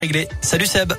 Réglé. Salut Seb.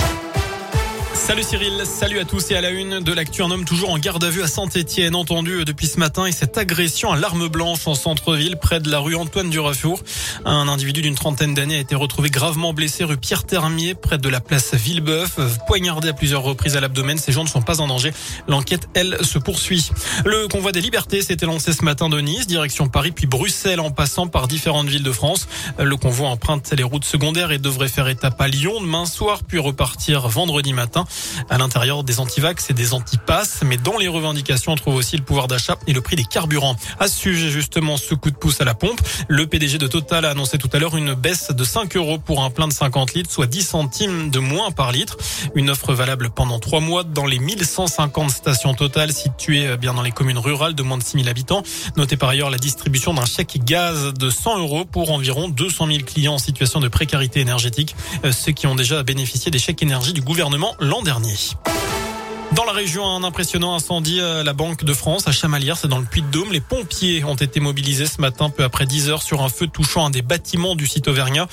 Salut Cyril, salut à tous et à la une de l'actu. Un homme toujours en garde à vue à Saint-Étienne, entendu depuis ce matin, et cette agression à l'arme blanche en centre-ville près de la rue Antoine Durafour. Un individu d'une trentaine d'années a été retrouvé gravement blessé rue Pierre Termier près de la place Villebeuf, poignardé à plusieurs reprises à l'abdomen. Ces gens ne sont pas en danger. L'enquête, elle, se poursuit. Le convoi des libertés s'était lancé ce matin de Nice, direction Paris puis Bruxelles en passant par différentes villes de France. Le convoi emprunte les routes secondaires et devrait faire étape à Lyon demain soir puis repartir vendredi matin. À l'intérieur des antivax et des antipasses, mais dans les revendications, on trouve aussi le pouvoir d'achat et le prix des carburants. À ce sujet, justement, ce coup de pouce à la pompe, le PDG de Total a annoncé tout à l'heure une baisse de 5 € pour un plein de 50 litres, soit 10 centimes de moins par litre. Une offre valable pendant 3 mois dans les 1150 stations Total situées bien dans les communes rurales de moins de 6000 habitants. Notez par ailleurs la distribution d'un chèque gaz de 100 € pour environ 200 000 clients en situation de précarité énergétique, ceux qui ont déjà bénéficié des chèques énergie du gouvernement l'an dernier. Dans la région, un impressionnant incendie à la Banque de France à Chamalières, c'est dans le Puy-de-Dôme. Les pompiers ont été mobilisés ce matin peu après 10 heures sur un feu touchant un des bâtiments du site auvergnat.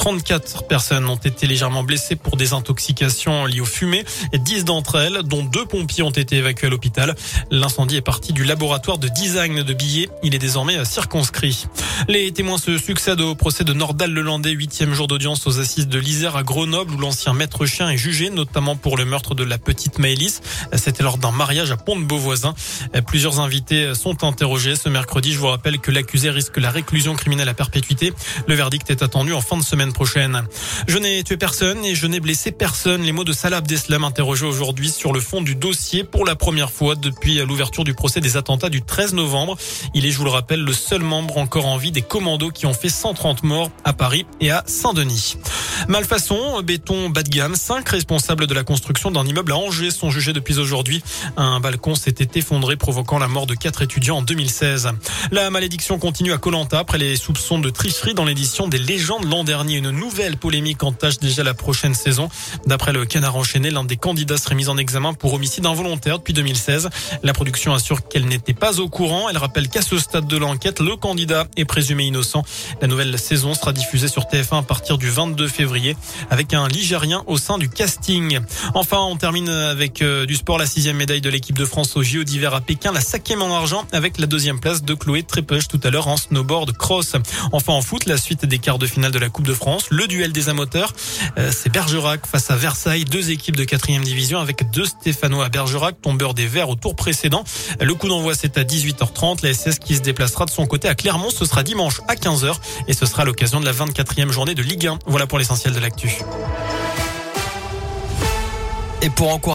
34 personnes ont été légèrement blessées pour des intoxications liées aux fumées. 10 d'entre elles, dont 2 pompiers, ont été évacués à l'hôpital. L'incendie est parti du laboratoire de design de billets. Il est désormais circonscrit. Les témoins se succèdent au procès de Nordal-Lelandais, 8e jour d'audience aux assises de l'Isère à Grenoble, où l'ancien maître chien est jugé, notamment pour le meurtre de la petite Maëlys. C'était lors d'un mariage à Pont-de-Beauvoisin. Plusieurs invités sont interrogés ce mercredi. Je vous rappelle que l'accusé risque la réclusion criminelle à perpétuité. Le verdict est attendu en fin de semaine prochaine. Je n'ai tué personne et je n'ai blessé personne. Les mots de Salah Abdeslam, interrogé aujourd'hui sur le fond du dossier pour la première fois depuis l'ouverture du procès des attentats du 13 novembre. Il est, je vous le rappelle, le seul membre encore en vie des commandos qui ont fait 130 morts à Paris et à Saint-Denis. Malfaçon, béton bas de gamme. 5 responsables de la construction d'un immeuble à Angers sont jugés depuis aujourd'hui. Un balcon s'était effondré, provoquant la mort de 4 étudiants en 2016. La malédiction continue à Koh-Lanta après les soupçons de tricherie dans l'édition des légendes l'an dernier. Une nouvelle polémique entache déjà la prochaine saison. D'après le Canard enchaîné, l'un des candidats serait mis en examen pour homicide involontaire depuis 2016. La production assure qu'elle n'était pas au courant. Elle rappelle qu'à ce stade de l'enquête, le candidat est présumé innocent. La nouvelle saison sera diffusée sur TF1 à partir du 22 février avec un Ligérien au sein du casting. Enfin, on termine avec du sport, la 6e médaille de l'équipe de France au JO d'hiver à Pékin, la 5e en argent avec la 2e place de Chloé Trépech tout à l'heure en snowboard cross. Enfin en foot, la suite des quarts de finale de la Coupe de France, le duel des amateurs, c'est Bergerac face à Versailles, 2 équipes de 4e division avec 2 Stéphanois à Bergerac, tombeurs des Verts au tour précédent. Le coup d'envoi c'est à 18h30, la SS qui se déplacera de son côté à Clermont, ce sera dimanche à 15h et ce sera l'occasion de la 24e journée de Ligue 1. Voilà pour l'essentiel de l'actu. Et pour encourager